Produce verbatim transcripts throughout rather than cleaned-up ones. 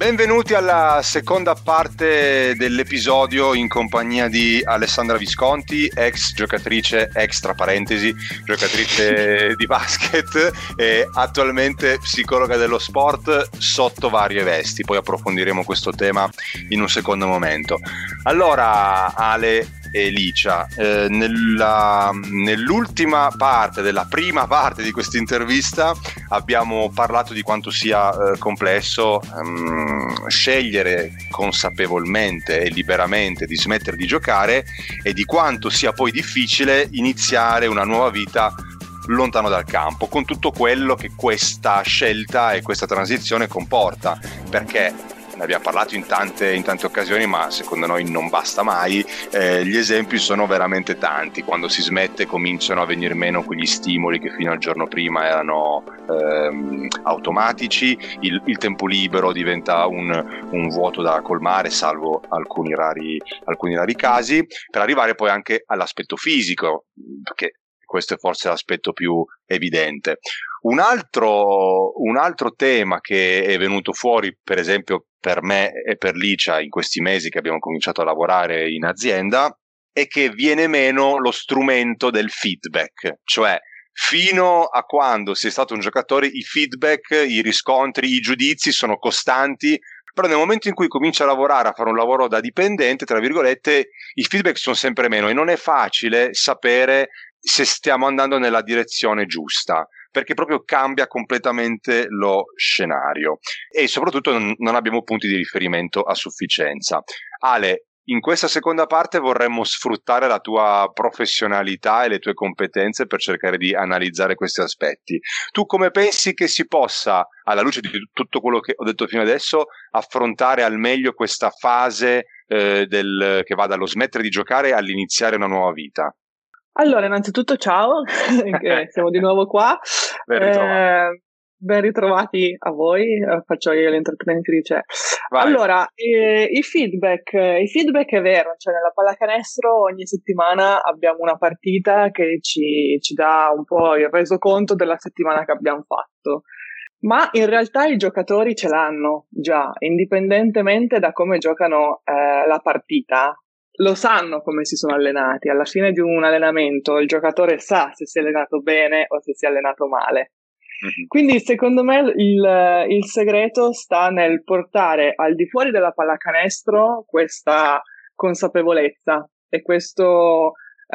Benvenuti alla seconda parte dell'episodio in compagnia di Alessandra Visconti, ex giocatrice, ex tra parentesi, giocatrice di basket e attualmente psicologa dello sport sotto varie vesti. Poi approfondiremo questo tema in un secondo momento. Allora, Ale e Licia, eh, nella, nell'ultima parte, della prima parte di questa intervista abbiamo parlato di quanto sia eh, complesso um, scegliere consapevolmente e liberamente di smettere di giocare e di quanto sia poi difficile iniziare una nuova vita lontano dal campo, con tutto quello che questa scelta e questa transizione comporta, perché ne abbiamo parlato in tante, in tante occasioni, ma secondo noi non basta mai. Eh, gli esempi sono veramente tanti. Quando si smette cominciano a venire meno quegli stimoli che fino al giorno prima erano ehm, automatici, il, il tempo libero diventa un, un vuoto da colmare, salvo alcuni rari, alcuni rari casi, per arrivare poi anche all'aspetto fisico, perché questo è forse l'aspetto più evidente. Un altro, un altro tema che è venuto fuori, per esempio per me e per Licia in questi mesi che abbiamo cominciato a lavorare in azienda, è che viene meno lo strumento del feedback, cioè fino a quando sei stato un giocatore i feedback, i riscontri, i giudizi sono costanti, però nel momento in cui cominci a lavorare, a fare un lavoro da dipendente, tra virgolette, i feedback sono sempre meno e non è facile sapere se stiamo andando nella direzione giusta, perché proprio cambia completamente lo scenario e soprattutto non, non abbiamo punti di riferimento a sufficienza. Ale, in questa seconda parte vorremmo sfruttare la tua professionalità e le tue competenze per cercare di analizzare questi aspetti. Tu come pensi che si possa, alla luce di tutto quello che ho detto fino adesso, affrontare al meglio questa fase eh, del, che va dallo smettere di giocare all'iniziare una nuova vita? Allora, innanzitutto ciao, siamo di nuovo qua. Ben ritrovati. Eh, ben ritrovati a voi, eh, faccio io l'intratenitrice. Vai. Allora, eh, i feedback, eh, i feedback è vero, cioè nella pallacanestro ogni settimana abbiamo una partita che ci, ci dà un po' il resoconto della settimana che abbiamo fatto. Ma in realtà i giocatori ce l'hanno già, indipendentemente da come giocano eh, la partita. Lo sanno come si sono allenati. Alla fine di un allenamento il giocatore sa se si è allenato bene o se si è allenato male. Mm-hmm. Quindi secondo me il, il segreto sta nel portare al di fuori della pallacanestro questa consapevolezza e questo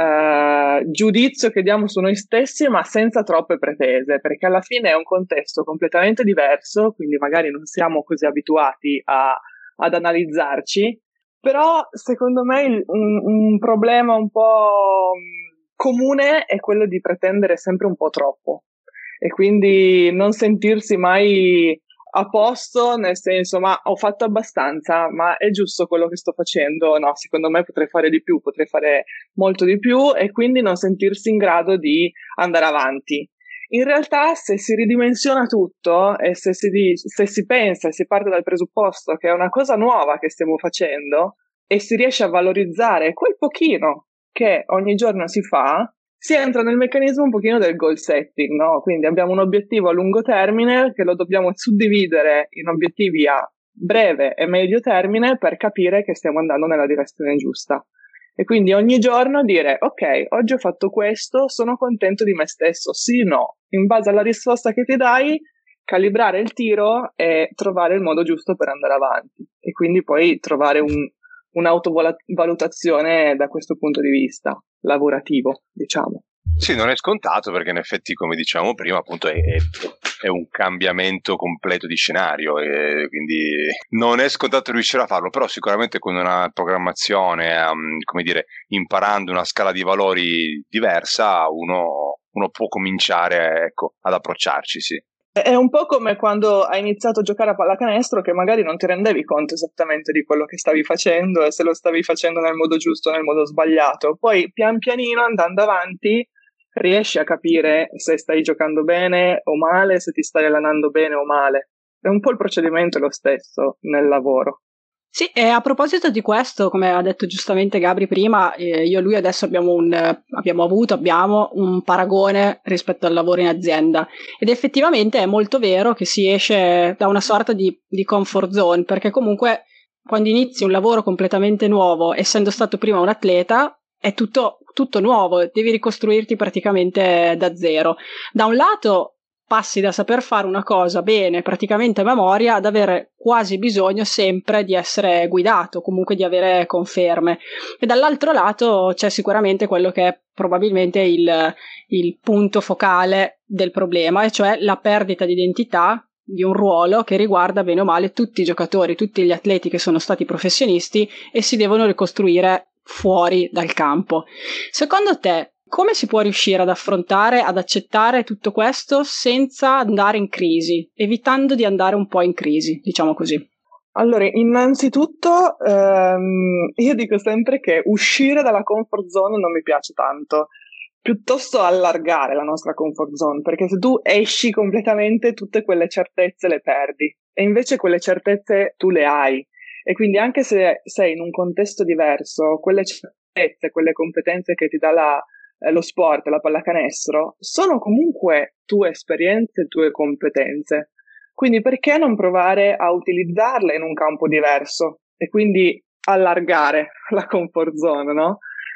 uh, giudizio che diamo su noi stessi, ma senza troppe pretese, perché alla fine è un contesto completamente diverso, quindi magari non siamo così abituati a, ad analizzarci. Però secondo me il, un, un problema un po' comune è quello di pretendere sempre un po' troppo e quindi non sentirsi mai a posto, nel senso ma ho fatto abbastanza, ma è giusto quello che sto facendo? No, secondo me potrei fare di più, potrei fare molto di più e quindi non sentirsi in grado di andare avanti. In realtà se si ridimensiona tutto e se si, se si pensa e si parte dal presupposto che è una cosa nuova che stiamo facendo e si riesce a valorizzare quel pochino che ogni giorno si fa, si entra nel meccanismo un pochino del goal setting, no? Quindi abbiamo un obiettivo a lungo termine che lo dobbiamo suddividere in obiettivi a breve e medio termine per capire che stiamo andando nella direzione giusta. E quindi ogni giorno dire, ok, oggi ho fatto questo, sono contento di me stesso, sì, no. In base alla risposta che ti dai, calibrare il tiro e trovare il modo giusto per andare avanti. E quindi poi trovare un, un'autovalutazione da questo punto di vista, lavorativo, diciamo. Sì, non è scontato perché in effetti, come diciamo prima, appunto è, è, è un cambiamento completo di scenario e quindi non è scontato riuscire a farlo, però sicuramente con una programmazione, um, come dire, imparando una scala di valori diversa, uno, uno può cominciare, ecco, ad approcciarci, sì. È un po' come quando hai iniziato a giocare a pallacanestro che magari non ti rendevi conto esattamente di quello che stavi facendo e se lo stavi facendo nel modo giusto o nel modo sbagliato. Poi pian pianino andando avanti riesci a capire se stai giocando bene o male, se ti stai allenando bene o male. È un po' il procedimento è lo stesso nel lavoro. Sì, e a proposito di questo, come ha detto giustamente Gabri prima, eh, io e lui adesso abbiamo, un, eh, abbiamo avuto, abbiamo un paragone rispetto al lavoro in azienda, ed effettivamente è molto vero che si esce da una sorta di, di comfort zone, perché comunque quando inizi un lavoro completamente nuovo, essendo stato prima un atleta, è tutto, tutto nuovo, devi ricostruirti praticamente da zero. Da un lato passi da saper fare una cosa bene, praticamente a memoria, ad avere quasi bisogno sempre di essere guidato, comunque di avere conferme. E dall'altro lato c'è sicuramente quello che è probabilmente il, il punto focale del problema, e cioè la perdita di identità di un ruolo che riguarda bene o male tutti i giocatori, tutti gli atleti che sono stati professionisti e si devono ricostruire fuori dal campo. Secondo te, come si può riuscire ad affrontare, ad accettare tutto questo senza andare in crisi, evitando di andare un po' in crisi, diciamo così? Allora, innanzitutto ehm, io dico sempre che uscire dalla comfort zone non mi piace tanto, piuttosto allargare la nostra comfort zone, perché se tu esci completamente tutte quelle certezze le perdi, e invece quelle certezze tu le hai, e quindi anche se sei in un contesto diverso, quelle certezze, quelle competenze che ti dà la lo sport, la pallacanestro, sono comunque tue esperienze, tue competenze. Quindi perché non provare a utilizzarle in un campo diverso e quindi allargare la comfort zone, no?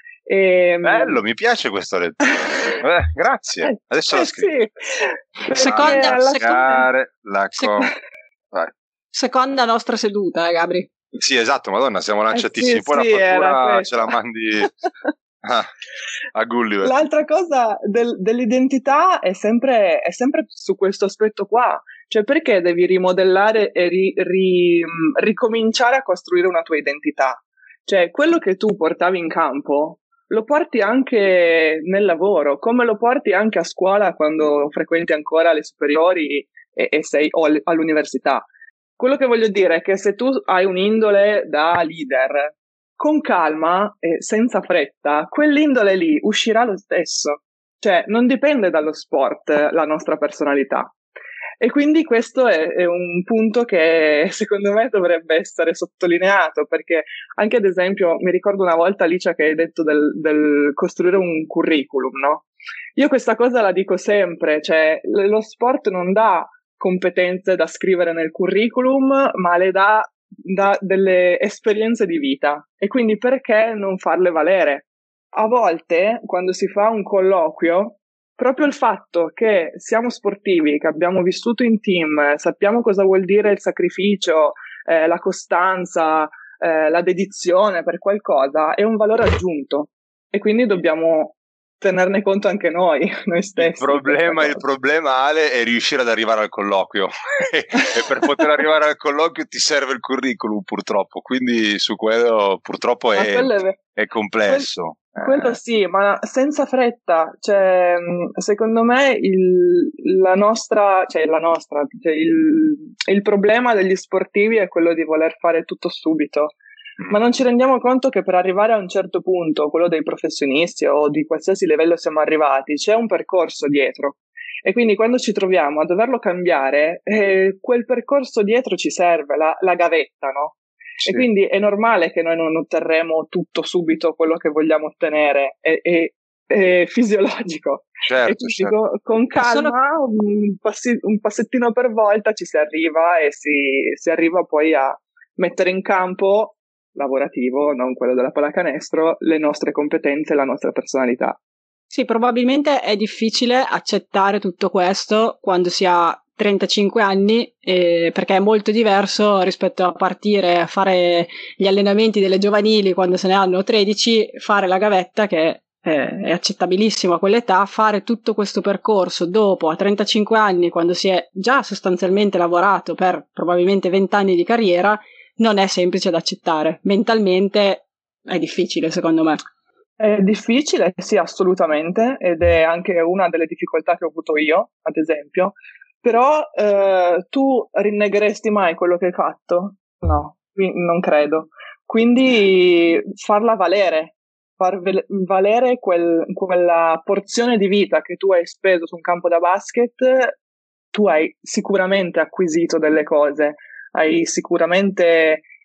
E, Bello, mi piace questa lettura. Eh, grazie. Adesso eh, la scrivo. Sì, seconda, alla seconda, la seconda, Vai. seconda nostra seduta, eh, Gabri. Sì, esatto, Madonna, siamo lanciatissimi. Eh, sì, Poi sì, la fattura ce la mandi ah, a Gulliver. L'altra cosa del, dell'identità è sempre, è sempre su questo aspetto qua. Cioè, perché devi rimodellare e ri, ri, ricominciare a costruire una tua identità? Cioè, quello che tu portavi in campo lo porti anche nel lavoro, come lo porti anche a scuola quando frequenti ancora le superiori e, e sei o all'università. Quello che voglio dire è che se tu hai un'indole da leader, con calma e senza fretta, quell'indole lì uscirà lo stesso. Cioè, non dipende dallo sport la nostra personalità. E quindi questo è, è un punto che secondo me dovrebbe essere sottolineato, perché anche ad esempio mi ricordo una volta, Alicia, che hai detto del, del costruire un curriculum, no? Io questa cosa la dico sempre, cioè lo sport non dà competenze da scrivere nel curriculum, ma le dà, dà delle esperienze di vita, e quindi perché non farle valere? A volte, quando si fa un colloquio, proprio il fatto che siamo sportivi, che abbiamo vissuto in team, sappiamo cosa vuol dire il sacrificio, eh, la costanza, eh, la dedizione per qualcosa, è un valore aggiunto, e quindi dobbiamo tenerne conto anche noi, noi stessi. Il problema, il problema, Ale, è riuscire ad arrivare al colloquio e per poter arrivare al colloquio ti serve il curriculum, purtroppo, quindi su quello purtroppo è, è... è complesso. Quello, quello sì, ma senza fretta. Cioè, secondo me il, la nostra, cioè la nostra, cioè il, il problema degli sportivi è quello di voler fare tutto subito. Ma non ci rendiamo conto che per arrivare a un certo punto, quello dei professionisti o di qualsiasi livello siamo arrivati, c'è un percorso dietro. E quindi quando ci troviamo a doverlo cambiare, eh, quel percorso dietro ci serve, la, la gavetta, no? Sì. E quindi è normale che noi non otterremo tutto subito quello che vogliamo ottenere, è, è, è fisiologico. Certo, e quindi certo. con, con calma, un, passi, un passettino per volta ci si arriva e si, si arriva poi a mettere in campo lavorativo, non quello della pallacanestro, le nostre competenze e la nostra personalità. Sì, probabilmente è difficile accettare tutto questo quando si ha trentacinque anni, eh, perché è molto diverso rispetto a partire a fare gli allenamenti delle giovanili quando se ne hanno tredici, fare la gavetta che eh, è accettabilissimo a quell'età, fare tutto questo percorso dopo a trentacinque anni, quando si è già sostanzialmente lavorato per probabilmente venti anni di carriera, non è semplice da accettare. Mentalmente è difficile, secondo me. È difficile, sì, assolutamente, ed è anche una delle difficoltà che ho avuto io, ad esempio. Però eh, tu rinnegheresti mai quello che hai fatto? No, non credo. Quindi farla valere, far valere quel, quella porzione di vita che tu hai speso su un campo da basket, tu hai sicuramente acquisito delle cose, hai sicuramente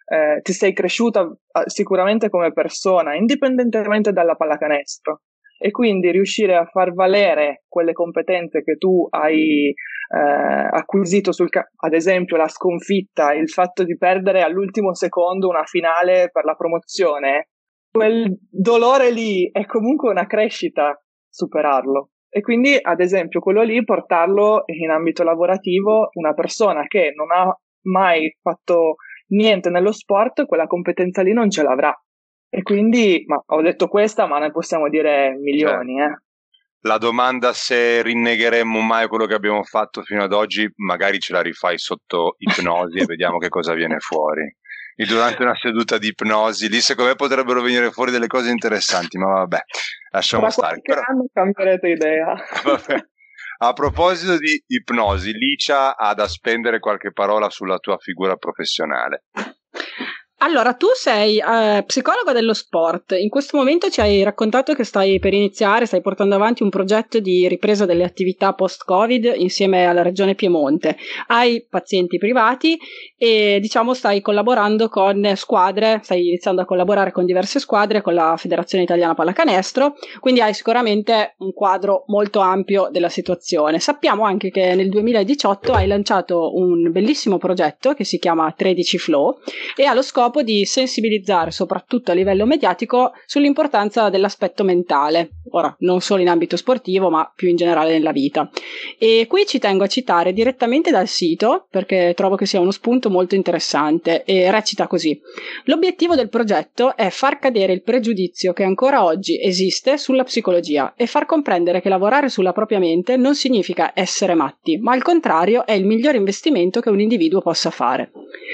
eh, ti sei cresciuta eh, sicuramente come persona, indipendentemente dalla pallacanestro, e quindi riuscire a far valere quelle competenze che tu hai eh, acquisito sul ca- ad esempio la sconfitta, il fatto di perdere all'ultimo secondo una finale per la promozione, quel dolore lì è comunque una crescita, superarlo. E quindi ad esempio quello lì, portarlo in ambito lavorativo, una persona che non ha mai fatto niente nello sport, quella competenza lì non ce l'avrà. E quindi, ma ho detto questa, ma ne possiamo dire milioni, certo. eh. La domanda se rinnegheremmo mai quello che abbiamo fatto fino ad oggi, magari ce la rifai sotto ipnosi e vediamo che cosa viene fuori. E durante una seduta di ipnosi, lì secondo me potrebbero venire fuori delle cose interessanti, ma vabbè, lasciamo Tra stare. qualche Però, anno cambierete idea. vabbè. A proposito di ipnosi, Licia ha da spendere qualche parola sulla tua figura professionale. Allora, tu sei eh, psicologa dello sport. In questo momento ci hai raccontato che stai per iniziare, stai portando avanti un progetto di ripresa delle attività post-Covid insieme alla Regione Piemonte. Hai pazienti privati e, diciamo, stai collaborando con squadre, stai iniziando a collaborare con diverse squadre, con la Federazione Italiana Pallacanestro, quindi hai sicuramente un quadro molto ampio della situazione. Sappiamo anche che nel duemiladiciotto hai lanciato un bellissimo progetto che si chiama tredici Flow e ha lo scopo di sensibilizzare soprattutto a livello mediatico sull'importanza dell'aspetto mentale, ora non solo in ambito sportivo ma più in generale nella vita. E qui ci tengo a citare direttamente dal sito perché trovo che sia uno spunto molto interessante e recita così: l'obiettivo del progetto è far cadere il pregiudizio che ancora oggi esiste sulla psicologia e far comprendere che lavorare sulla propria mente non significa essere matti, ma al contrario è il miglior investimento che un individuo possa fare.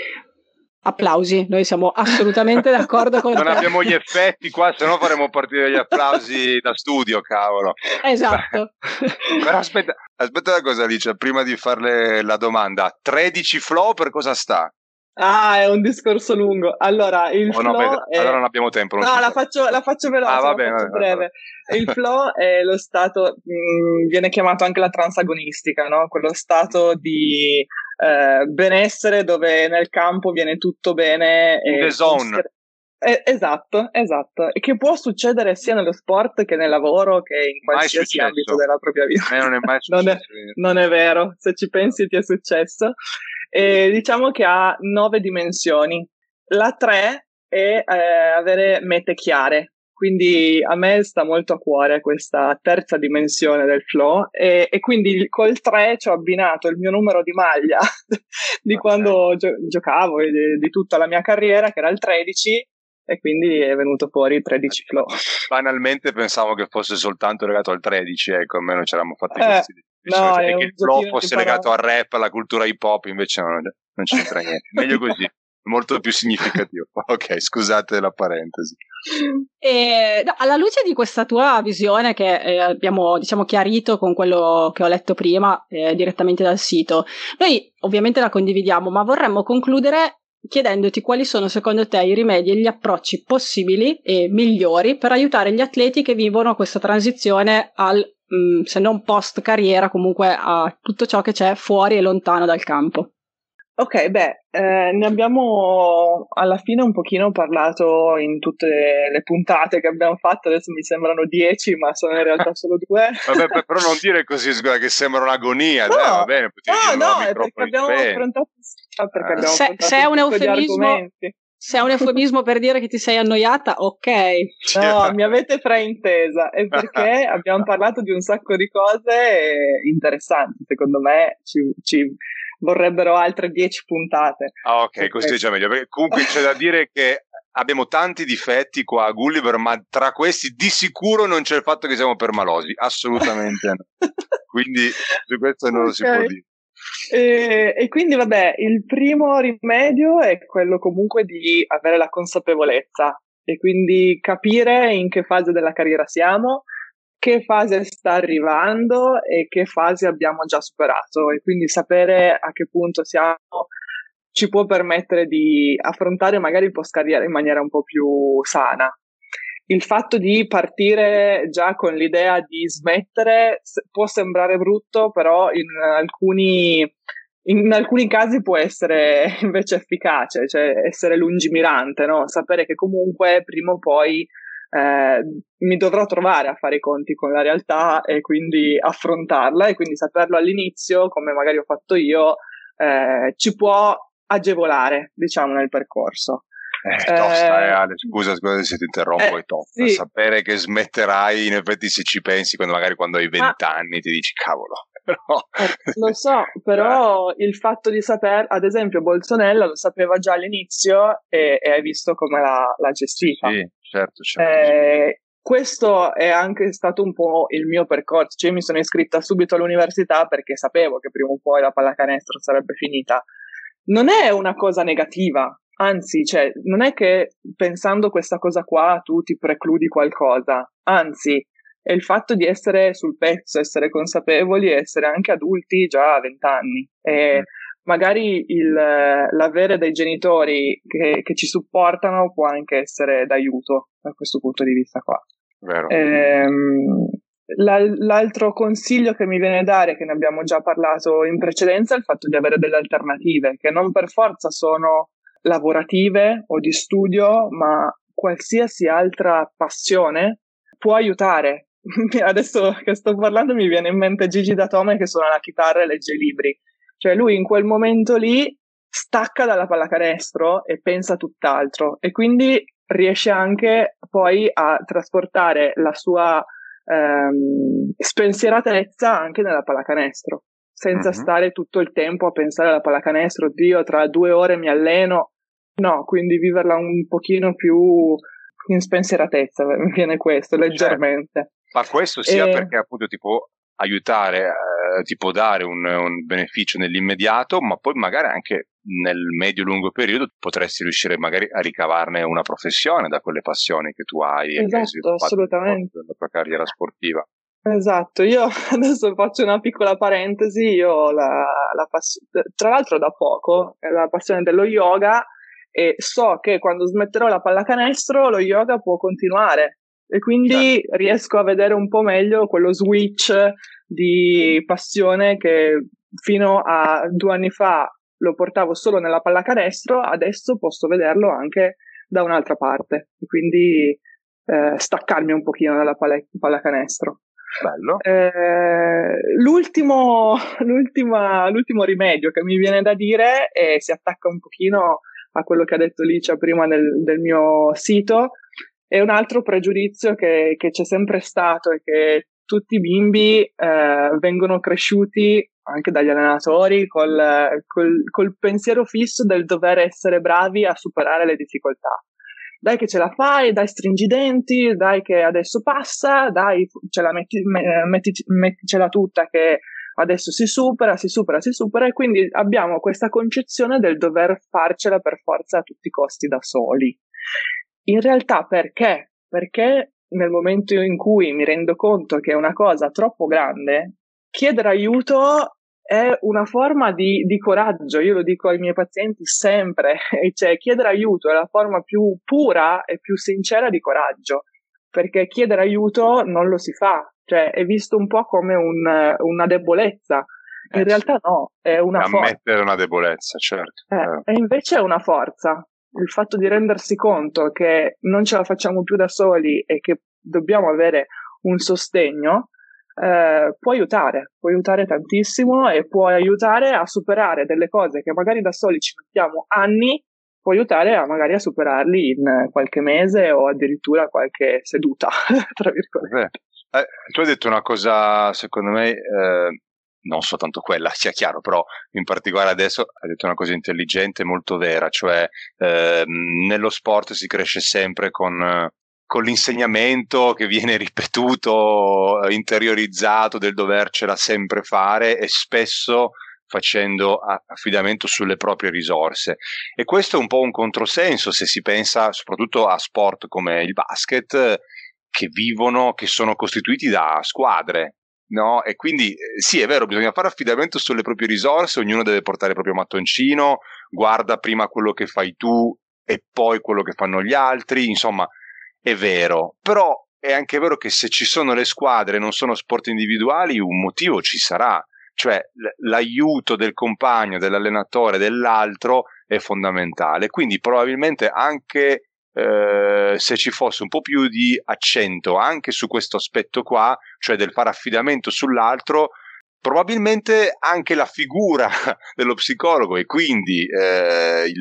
Applausi, noi siamo assolutamente d'accordo con non te. Non abbiamo gli effetti qua, se no faremo partire gli applausi da studio, cavolo. Esatto. Beh, però aspetta, aspetta una cosa, Alice, prima di farle la domanda. tredici Flow per cosa sta? Ah, è un discorso lungo. Allora, il oh, no, flow beh, è... allora non abbiamo tempo. Non no, la faccio, la faccio veloce, ah, va la bene, faccio va bene, breve. va bene. Il flow è lo stato, mh, viene chiamato anche la transagonistica, no? Quello stato di eh, benessere dove nel campo viene tutto bene. In the zone. Eh, esatto, esatto. E che può succedere sia nello sport che nel lavoro che in qualsiasi ambito della propria vita. A me non è mai successo. non, è, non è vero, se ci pensi ti è successo. E diciamo che ha nove dimensioni. La tre è eh, avere mete chiare, quindi a me sta molto a cuore questa terza dimensione del flow e, e quindi col tre ci ho abbinato il mio numero di maglia di okay. quando gio- giocavo e di, di tutta la mia carriera, che era il tredici, e quindi è venuto fuori tredici Flow. Banalmente pensavo che fosse soltanto legato al tredici, ecco, almeno ci eravamo fatti eh, questi no, cioè, che il flow fosse legato al parole. rap, alla cultura hip hop, invece non, non c'entra niente. Meglio così, molto più significativo. Ok, scusate la parentesi. E, no, alla luce di questa tua visione che eh, abbiamo, diciamo, chiarito con quello che ho letto prima eh, direttamente dal sito, noi ovviamente la condividiamo, ma vorremmo concludere chiedendoti quali sono secondo te i rimedi e gli approcci possibili e migliori per aiutare gli atleti che vivono questa transizione al, mh, se non post carriera, comunque a tutto ciò che c'è fuori e lontano dal campo. Ok, beh, eh, ne abbiamo alla fine un pochino parlato in tutte le puntate che abbiamo fatto, adesso mi sembrano dieci, ma sono in realtà solo due. Vabbè, però non dire così, scusa, che sembra un'agonia, no, dai, va bene, no, no, è perché abbiamo affrontato, ah, perché abbiamo se, affrontato se è un eufemismo, se è un eufemismo per dire che ti sei annoiata, ok. No, mi avete fraintesa, è perché abbiamo parlato di un sacco di cose interessanti, secondo me ci... ci vorrebbero altre dieci puntate. Ah, ok, perché... così è già meglio. Perché comunque c'è da dire che abbiamo tanti difetti qua a Gulliver, ma tra questi di sicuro non c'è il fatto che siamo permalosi, assolutamente no. Quindi su questo non okay. lo si può dire. E, e quindi vabbè, il primo rimedio è quello comunque di avere la consapevolezza e quindi capire in che fase della carriera siamo, che fase sta arrivando e che fase abbiamo già superato, e quindi sapere a che punto siamo ci può permettere di affrontare magari il post carriera in maniera un po' più sana. Il fatto di partire già con l'idea di smettere può sembrare brutto, però in alcuni in alcuni casi può essere invece efficace, cioè essere lungimirante, no? Sapere che comunque prima o poi eh, mi dovrò trovare a fare i conti con la realtà e quindi affrontarla, e quindi saperlo all'inizio, come magari ho fatto io, eh, ci può agevolare, diciamo, nel percorso. Eh, tosta, eh, Ale, scusa, scusa se ti interrompo, eh, è tosta. Sì. Sapere che smetterai, in effetti, se ci pensi, quando magari quando hai vent'anni ti dici, cavolo. Però... Eh, lo so, però il fatto di saper, ad esempio, Bolsonella lo sapeva già all'inizio e, e hai visto come l'ha, l'ha gestita. Sì, certo, certo. Eh, questo è anche stato un po' il mio percorso, cioè mi sono iscritta subito all'università perché sapevo che prima o poi la pallacanestro sarebbe finita. Non è una cosa negativa, anzi, cioè, non è che pensando questa cosa qua tu ti precludi qualcosa, anzi, è il fatto di essere sul pezzo, essere consapevoli, essere anche adulti già a vent'anni. E magari il, l'avere dei genitori che, che ci supportano può anche essere d'aiuto da questo punto di vista qua. Vero. Ehm, l'altro consiglio che mi viene a dare, che ne abbiamo già parlato in precedenza, è il fatto di avere delle alternative, che non per forza sono lavorative o di studio, ma qualsiasi altra passione può aiutare. Adesso che sto parlando mi viene in mente Gigi D'Atome che suona la chitarra e legge i libri. Cioè lui in quel momento lì stacca dalla pallacanestro e pensa a tutt'altro, e quindi riesce anche poi a trasportare la sua ehm, spensieratezza anche nella pallacanestro, senza mm-hmm. stare tutto il tempo a pensare alla pallacanestro, Dio, tra due ore mi alleno. No, quindi viverla un pochino più in spensieratezza, mi viene questo, leggermente. Certo. Ma questo sia e... perché appunto ti può aiutare, eh, ti può dare un, un beneficio nell'immediato, ma poi magari anche nel medio-lungo periodo potresti riuscire magari a ricavarne una professione da quelle passioni che tu hai e esatto, che hai sviluppato assolutamente. nella tua carriera sportiva. Esatto, io adesso faccio una piccola parentesi, io ho la, la passione, tra l'altro da poco, la passione dello yoga, e so che quando smetterò la pallacanestro lo yoga può continuare, e quindi certo. riesco a vedere un po' meglio quello switch di passione che fino a due anni fa lo portavo solo nella pallacanestro, adesso posso vederlo anche da un'altra parte, e quindi eh, staccarmi un pochino dalla palla- pallacanestro. Bello. Eh, l'ultimo, l'ultima, l'ultimo rimedio che mi viene da dire, e si attacca un pochino a quello che ha detto Licia prima del, del mio sito, è un altro pregiudizio che, che c'è sempre stato, e che tutti i bimbi eh, vengono cresciuti anche dagli allenatori col, col, col pensiero fisso del dover essere bravi a superare le difficoltà. Dai che ce la fai, dai stringi i denti, dai che adesso passa, dai ce la metti, metti, metticela tutta che adesso si supera, si supera, si supera, e quindi abbiamo questa concezione del dover farcela per forza a tutti i costi da soli. In realtà perché? Perché nel momento in cui mi rendo conto che è una cosa troppo grande, chiedere aiuto è una forma di, di coraggio. Io lo dico ai miei pazienti sempre, cioè chiedere aiuto è la forma più pura e più sincera di coraggio, perché chiedere aiuto non lo si fa, cioè è visto un po' come un, una debolezza. In eh, realtà no, è una forza. Ammettere una debolezza, certo. Eh, eh. E invece è una forza. Il fatto di rendersi conto che non ce la facciamo più da soli e che dobbiamo avere un sostegno eh, può aiutare, può aiutare tantissimo, e può aiutare a superare delle cose che magari da soli ci mettiamo anni, può aiutare a magari a superarli in qualche mese o addirittura qualche seduta, tra virgolette. Eh, tu hai detto una cosa, secondo me, eh, non soltanto quella, sia chiaro, però in particolare adesso hai detto una cosa intelligente, molto vera, cioè eh, nello sport si cresce sempre con, con l'insegnamento che viene ripetuto, interiorizzato del dovercela sempre fare, e spesso facendo affidamento sulle proprie risorse, e questo è un po' un controsenso se si pensa soprattutto a sport come il basket, che vivono, che sono costituiti da squadre, no? E quindi sì, è vero, bisogna fare affidamento sulle proprie risorse, ognuno deve portare il proprio mattoncino, guarda prima quello che fai tu e poi quello che fanno gli altri, insomma è vero, però è anche vero che se ci sono le squadre e non sono sport individuali un motivo ci sarà, cioè l- l'aiuto del compagno, dell'allenatore, dell'altro è fondamentale. Quindi probabilmente anche eh, se ci fosse un po' più di accento anche su questo aspetto qua, cioè del fare affidamento sull'altro, probabilmente anche la figura dello psicologo e quindi eh, il,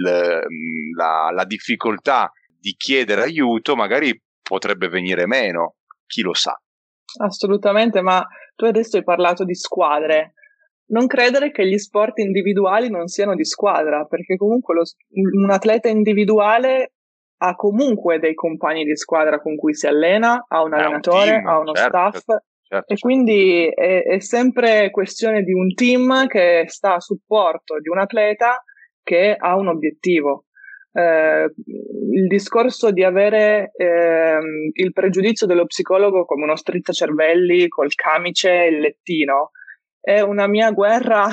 la, la difficoltà di chiedere aiuto magari potrebbe venire meno, chi lo sa. Assolutamente, ma tu adesso hai parlato di squadre. Non credere che gli sport individuali non siano di squadra, perché comunque lo, un atleta individuale ha comunque dei compagni di squadra con cui si allena, ha un allenatore, un team, ha uno certo, staff. Certo. Certo, e certo. Quindi è, è sempre questione di un team che sta a supporto di un atleta che ha un obiettivo. Eh, il discorso di avere eh, il pregiudizio dello psicologo come uno strizzacervelli col camice e il lettino è una mia guerra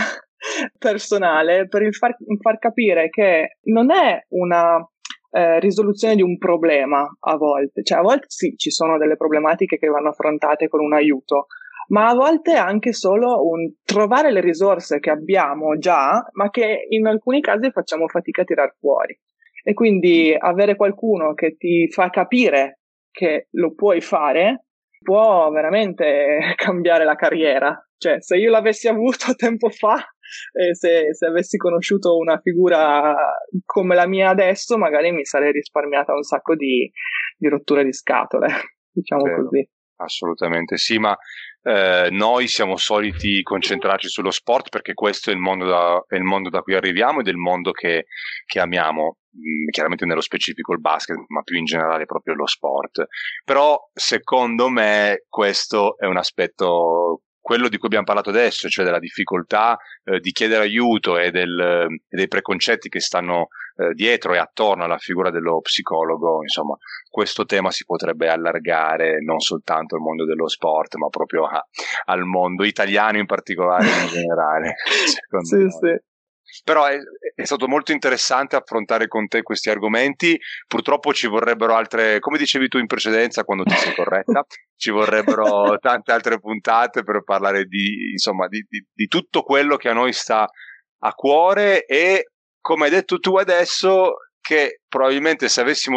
personale per il far, far capire che non è una Eh, risoluzione di un problema a volte, cioè a volte sì, ci sono delle problematiche che vanno affrontate con un aiuto, ma a volte anche solo un trovare le risorse che abbiamo già, ma che in alcuni casi facciamo fatica a tirar fuori. E quindi avere qualcuno che ti fa capire che lo puoi fare può veramente cambiare la carriera. Cioè, se io l'avessi avuto tempo fa, e se, se avessi conosciuto una figura come la mia adesso, magari mi sarei risparmiata un sacco di, di rotture di scatole, diciamo Vero, così. Assolutamente sì, ma eh, noi siamo soliti concentrarci sullo sport perché questo è il mondo da, è il mondo da cui arriviamo ed è il mondo che, che amiamo, mm, chiaramente nello specifico il basket, ma più in generale proprio lo sport. Però secondo me questo è un aspetto, quello di cui abbiamo parlato adesso, cioè della difficoltà eh, di chiedere aiuto e, del, e dei preconcetti che stanno eh, dietro e attorno alla figura dello psicologo. Insomma, questo tema si potrebbe allargare non soltanto al mondo dello sport, ma proprio a, al mondo italiano in particolare, in generale. Sì, me. Sì. Però è, è stato molto interessante affrontare con te questi argomenti. Purtroppo ci vorrebbero altre, come dicevi tu in precedenza quando ti sei corretta, ci vorrebbero tante altre puntate per parlare di, insomma, di, di, di tutto quello che a noi sta a cuore e, come hai detto tu adesso, che probabilmente se avessimo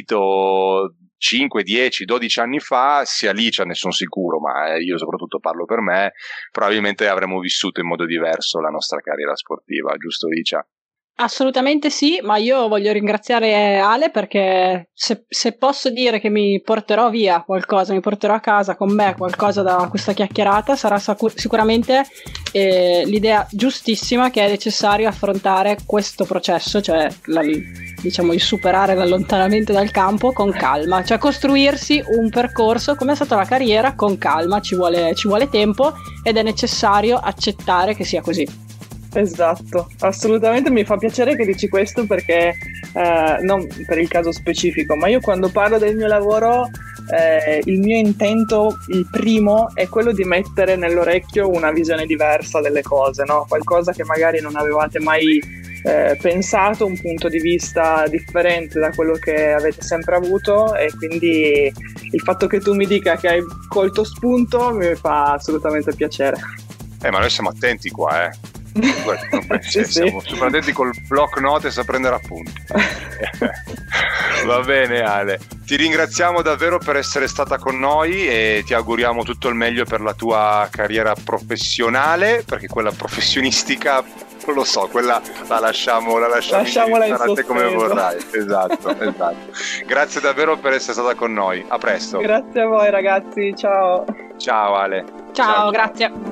sentito cinque, dieci, dodici anni fa, sia Licia, ne sono sicuro, ma io soprattutto parlo per me, probabilmente avremmo vissuto in modo diverso la nostra carriera sportiva, giusto Licia? Assolutamente sì, ma io voglio ringraziare Ale perché se, se posso dire che mi porterò via qualcosa, mi porterò a casa con me qualcosa da questa chiacchierata, sarà sacur- sicuramente eh, l'idea giustissima che è necessario affrontare questo processo, cioè la, diciamo il superare l'allontanamento dal campo con calma, cioè costruirsi un percorso come è stata la carriera con calma, ci vuole, ci vuole tempo ed è necessario accettare che sia così. Esatto, assolutamente mi fa piacere che dici questo perché eh, non per il caso specifico, ma io quando parlo del mio lavoro eh, il mio intento, il primo, è quello di mettere nell'orecchio una visione diversa delle cose, no? Qualcosa che magari non avevate mai eh, pensato, un punto di vista differente da quello che avete sempre avuto e quindi il fatto che tu mi dica che hai colto spunto mi fa assolutamente piacere. Eh, ma noi siamo attenti qua, eh. Sì, siamo sì. super attenti col block notes a prendere appunti. Va bene Ale, ti ringraziamo davvero per essere stata con noi e ti auguriamo tutto il meglio per la tua carriera professionale, perché quella professionistica non lo so, quella la lasciamo la lasciamo lasciamola in sospeso come vorrai. Esatto, esatto. Grazie davvero per essere stata con noi, a presto. Grazie a voi ragazzi, ciao. Ciao Ale. Ciao, ciao. Grazie.